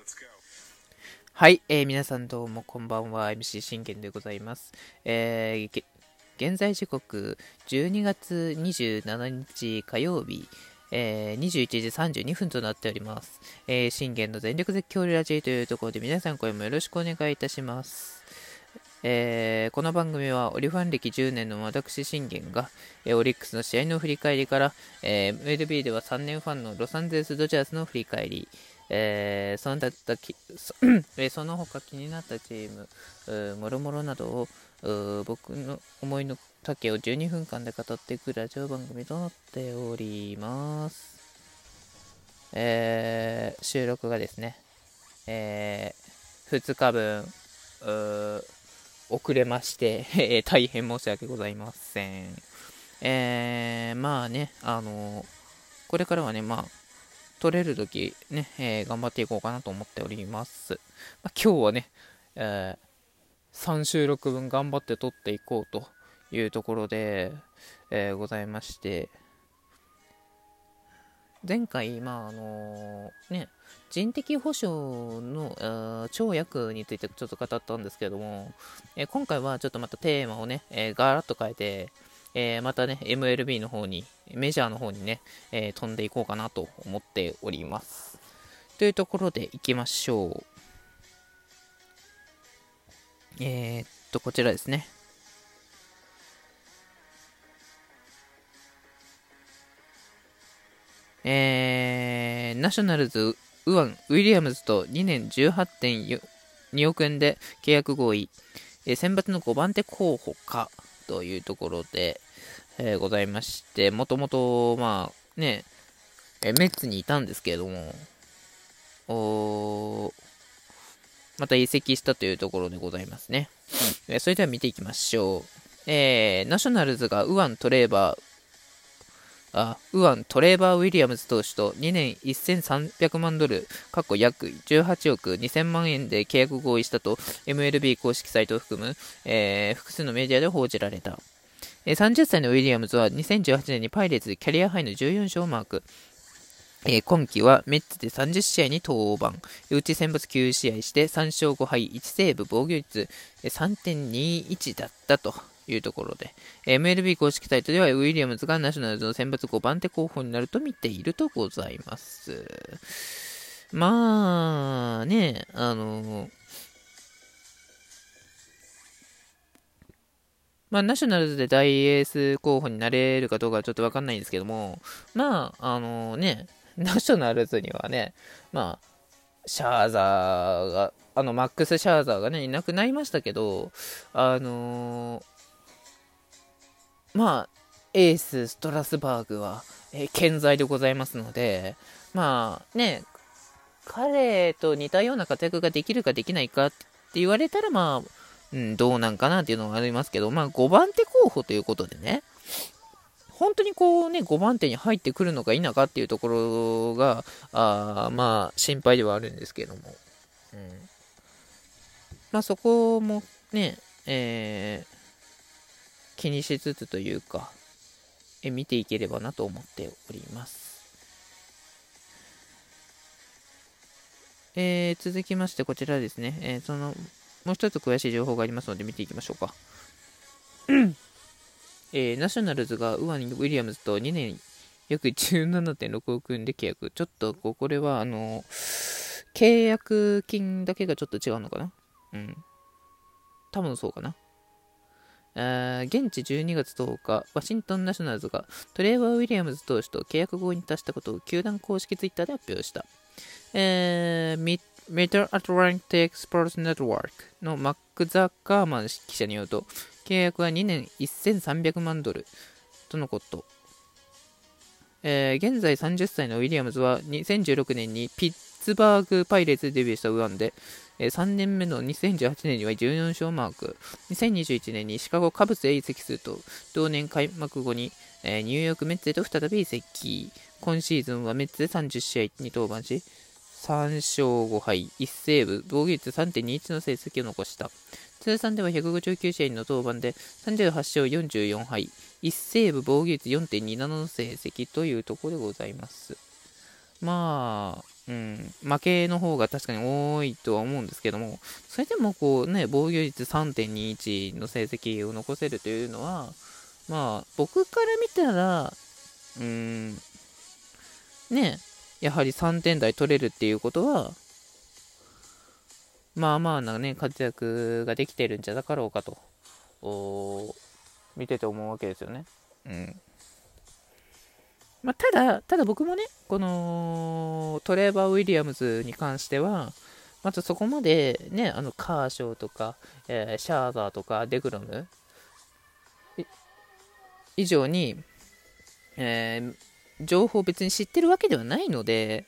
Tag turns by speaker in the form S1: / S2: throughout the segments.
S1: はい、皆さんどうもこんばんは。 MC 信玄でございます。現在時刻12月27日火曜日、21時32分となっております。信玄の全力絶叫ラジオというところで皆さん声もよろしくお願いいたします。この番組はオリファン歴10年の私信玄が、オリックスの試合の振り返りから、MLB では3年ファンのロサンゼルスドジャースの振り返り、その他気になったチームもろもろなどを僕の思いの丈を12分間で語っていくラジオ番組となっております。収録がですね、2日分遅れまして、大変申し訳ございません。まあね、これからはね、取れるときね、頑張っていこうかなと思っております。今日はね、3収録分頑張って撮っていこうというところで、ございまして、前回、人的保障の跳躍についてちょっと語ったんですけれども、今回はちょっとまたテーマをね、ガラッと変えて、またね、MLB の方に、メジャーの方にね、飛んでいこうかなと思っております。というところでいきましょう。こちらですね。ナショナルズ、ウィリアムズと2年 18.2 億円で契約合意、選抜の5番手候補かというところで、ございまして、もともと、メッツにいたんですけれども、また移籍したというところでございますね。それでは見ていきましょう。ナショナルズがウアン・トレーバー・ウィリアムズ投手と2年1300万ドル、約18億2000万円で契約合意したと MLB 公式サイトを含む、複数のメディアで報じられた。30歳のウィリアムズは2018年にパイレーツでキャリアハイの14勝をマーク。今季はメッツで30試合に登板。うち選抜9試合して3勝5敗1セーブ防御率 3.21 だったというところで、MLB 公式サイトではウィリアムズがナショナルズの選抜5番手候補になると見ているとございます。まあね、ナショナルズで大エース候補になれるかどうかはちょっとわかんないんですけども、ナショナルズにはね、シャーザーが、マックス・シャーザーがね、いなくなりましたけど、エース、ストラスバーグは、健在でございますので、彼と似たような活躍ができるかできないかって言われたら、どうなんかなっていうのがありますけど、5番手候補ということでね、本当に5番手に入ってくるのか否かっていうところが、心配ではあるんですけども、そこもね、気にしつつというか、見ていければなと思っております。続きましてこちらですね、もう一つ詳しい情報がありますので見ていきましょうか。ナショナルズがウィリアムズと2年約 17.6 億円で契約。ちょっとこれは契約金だけがちょっと違うのかな。多分そうかな。現地12月10日、ワシントンナショナルズがトレーバー・ウィリアムズ投手と契約合意に達したことを球団公式ツイッターで発表した。ミッドアトランティックスポーツネットワークのマック・ザッカーマン記者によると、契約は2年1300万ドルとのこと。現在30歳のウィリアムズは2016年にピッツバーグパイレーツでデビューしたウアンで、3年目の2018年には14勝マーク。2021年にシカゴカブスへ移籍すると、同年開幕後に、ニューヨークメッツへと再び移籍。今シーズンはメッツで30試合に登板し、3勝5敗、1セーブ、防御率 3.21 の成績を残した。通算では159試合の登板で38勝44敗、1セーブ防御率 4.27 の成績というところでございます。 負けの方が確かに多いとは思うんですけども、それでもこうね、防御率3.21の成績を残せるというのは、まあ、僕から見たら、ね、やはり3点台取れるっていうことは、まあまあなね、活躍ができてるんじゃなかろうかと、見てて思うわけですよね。まあ、ただ僕もね、このトレーバー・ウィリアムズに関しては、またそこまでね、カーショーとか、シャーザーとか、デグロム以上に、情報を別に知ってるわけではないので、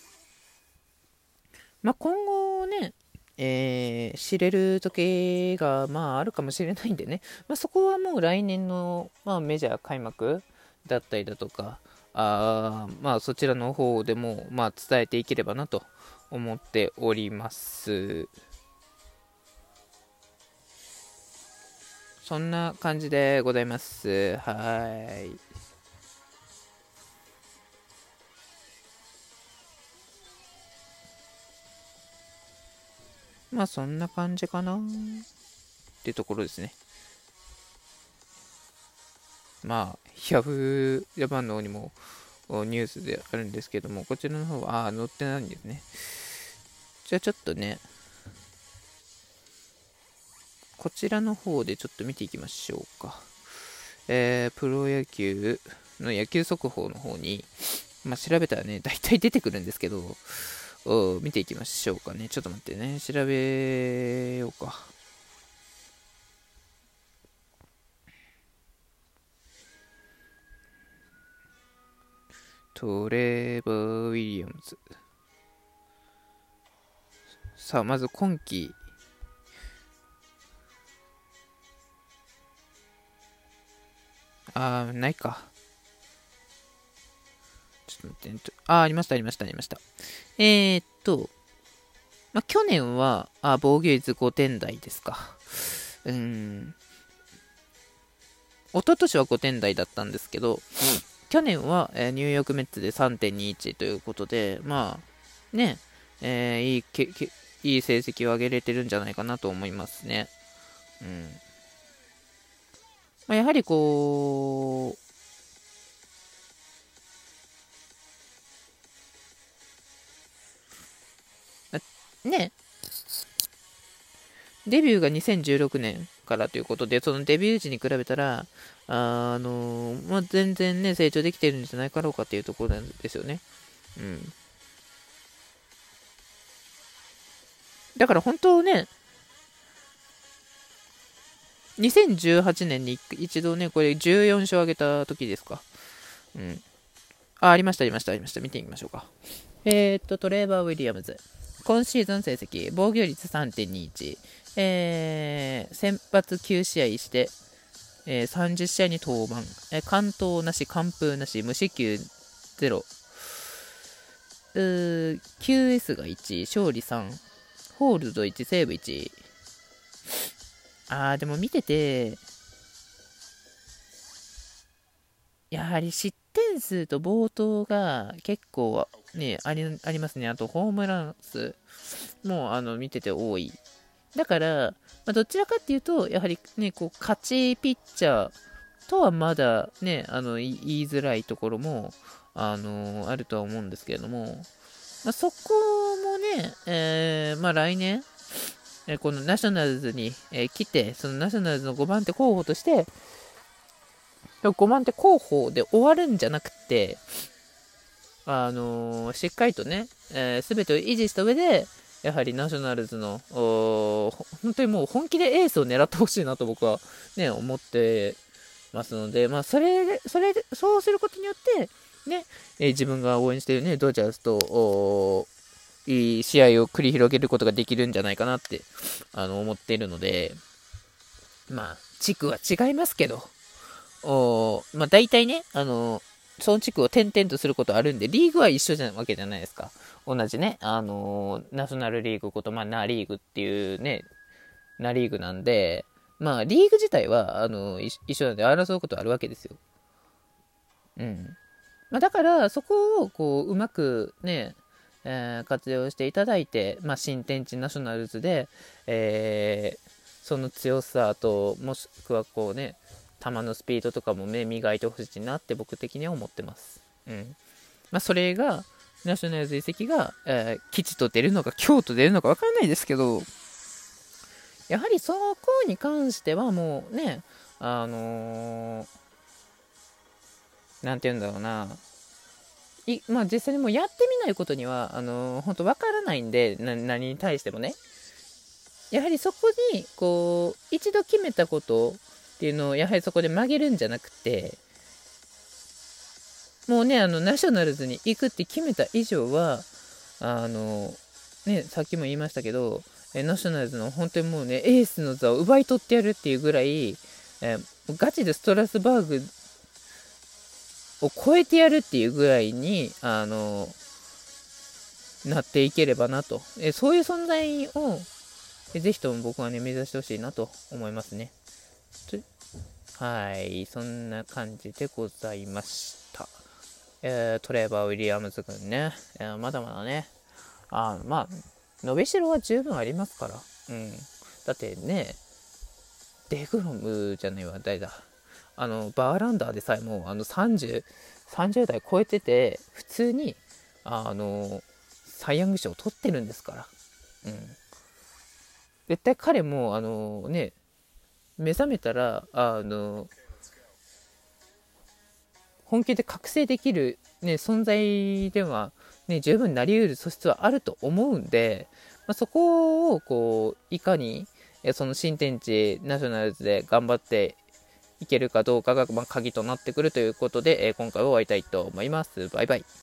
S1: まあ、今後ね、知れる時が、まあ、あるかもしれないんでね、まあ、そこはもう来年の、まあ、メジャー開幕だったりだとか、まあ、そちらの方でも、まあ、伝えていければなと思っております。そんな感じでございます。はい。まあ、そんな感じかなってところですね。まあ、ヤフージャパンの方にもニュースであるんですけども、こちらの方は、載ってないんですね。じゃあちょっとね、こちらの方でちょっと見ていきましょうか。プロ野球の野球速報の方に、まあ、調べたらね、大体出てくるんですけど、見ていきましょうかね。ちょっと待ってね、調べようか。トレーバー・ウィリアムズ。さあ、まず今季。ないか。ちょっと待ってね。ありました、ありました、ありました。まあ、去年は、防御率5点台ですか。一昨年は5点台だったんですけど、去年は、ニューヨークメッツで3.21ということで、まあ、ね、いい成績を上げれてるんじゃないかなと思いますね。まあ、やはりこう、ね、デビューが2016年からということで、そのデビュー時に比べたら、まあ、全然ね、成長できてるんじゃないかろうかっていうところなんですよね。だから本当ね、2018年に一度ね、これ14勝上げた時ですか。ありました、ありました、ありました。見てみましょうか。トレーバー・ウィリアムズ。今シーズン成績、防御率3.21、先発9試合して、30試合に登板、完投なし、完封なし、無四球0、QS が1、勝利3、ホールド1、セーブ1。でも見てて、やはり失点数と暴投が結構ね、ありますね。あとホームラン数も見てて多い。だから、まあ、どちらかっていうと、やはりね、こう勝ちピッチャーとはまだね、言いづらいところも、あるとは思うんですけれども、まあ、そこもね、まあ、来年、このナショナルズに、来て、そのナショナルズの5番手候補として、5番手候補で終わるんじゃなくて、しっかりとね、全てを維持した上で、やはりナショナルズの、本当にもう本気でエースを狙ってほしいなと僕はね、思ってますので、まあ、そうすることによって、ね、自分が応援しているね、ドジャースと、いい試合を繰り広げることができるんじゃないかなって、思っているので、まあ、地区は違いますけど、まあ、大体ね、その地区を転々とすることあるんで、リーグは一緒じゃわけじゃないですか。同じね、ナショナルリーグこと、まあ、ナリーグっていうね、ナリーグなんで、まあ、リーグ自体は、一緒なんで争うことあるわけですよ。まあ、だから、そこを、こう、うまくね、 活用していただいて、新天地ナショナルズで、その強さと、もしくはこうね、球のスピードとかもね、磨いてほしいなって僕的には思ってます。それが、ナショナルズ移籍が、吉と出るのか、京と出るのか分からないですけど、やはりそこに関してはもうね、なんて言うんだろうな、実際にもうやってみないことには、本当分からないんで、何に対してもね。やはりそこに、こう、一度決めたことっていうのを、やはりそこで曲げるんじゃなくて、もうね、ナショナルズに行くって決めた以上は、さっきも言いましたけど、ナショナルズの本当にもうね、エースの座を奪い取ってやるっていうぐらい、ガチでストラスバーグを超えてやるっていうぐらいに、なっていければなと。そういう存在を、ぜひとも僕はね、目指してほしいなと思いますね。はい、そんな感じでございました。トレーバー・ウィリアムズ君ね、まだまだね、伸びしろは十分ありますから。だってね、デグロムじゃないわ、誰だ。バーランダーでさえも30代超えてて、普通に、サイ・ヤング賞を取ってるんですから。絶対彼も、目覚めたら、本気で覚醒できる、存在では、十分なり得る素質はあると思うんで、そこをこういかにその新天地ナショナルズで頑張っていけるかどうかが、鍵となってくるということで、今回は終わりたいと思います。バイバイ。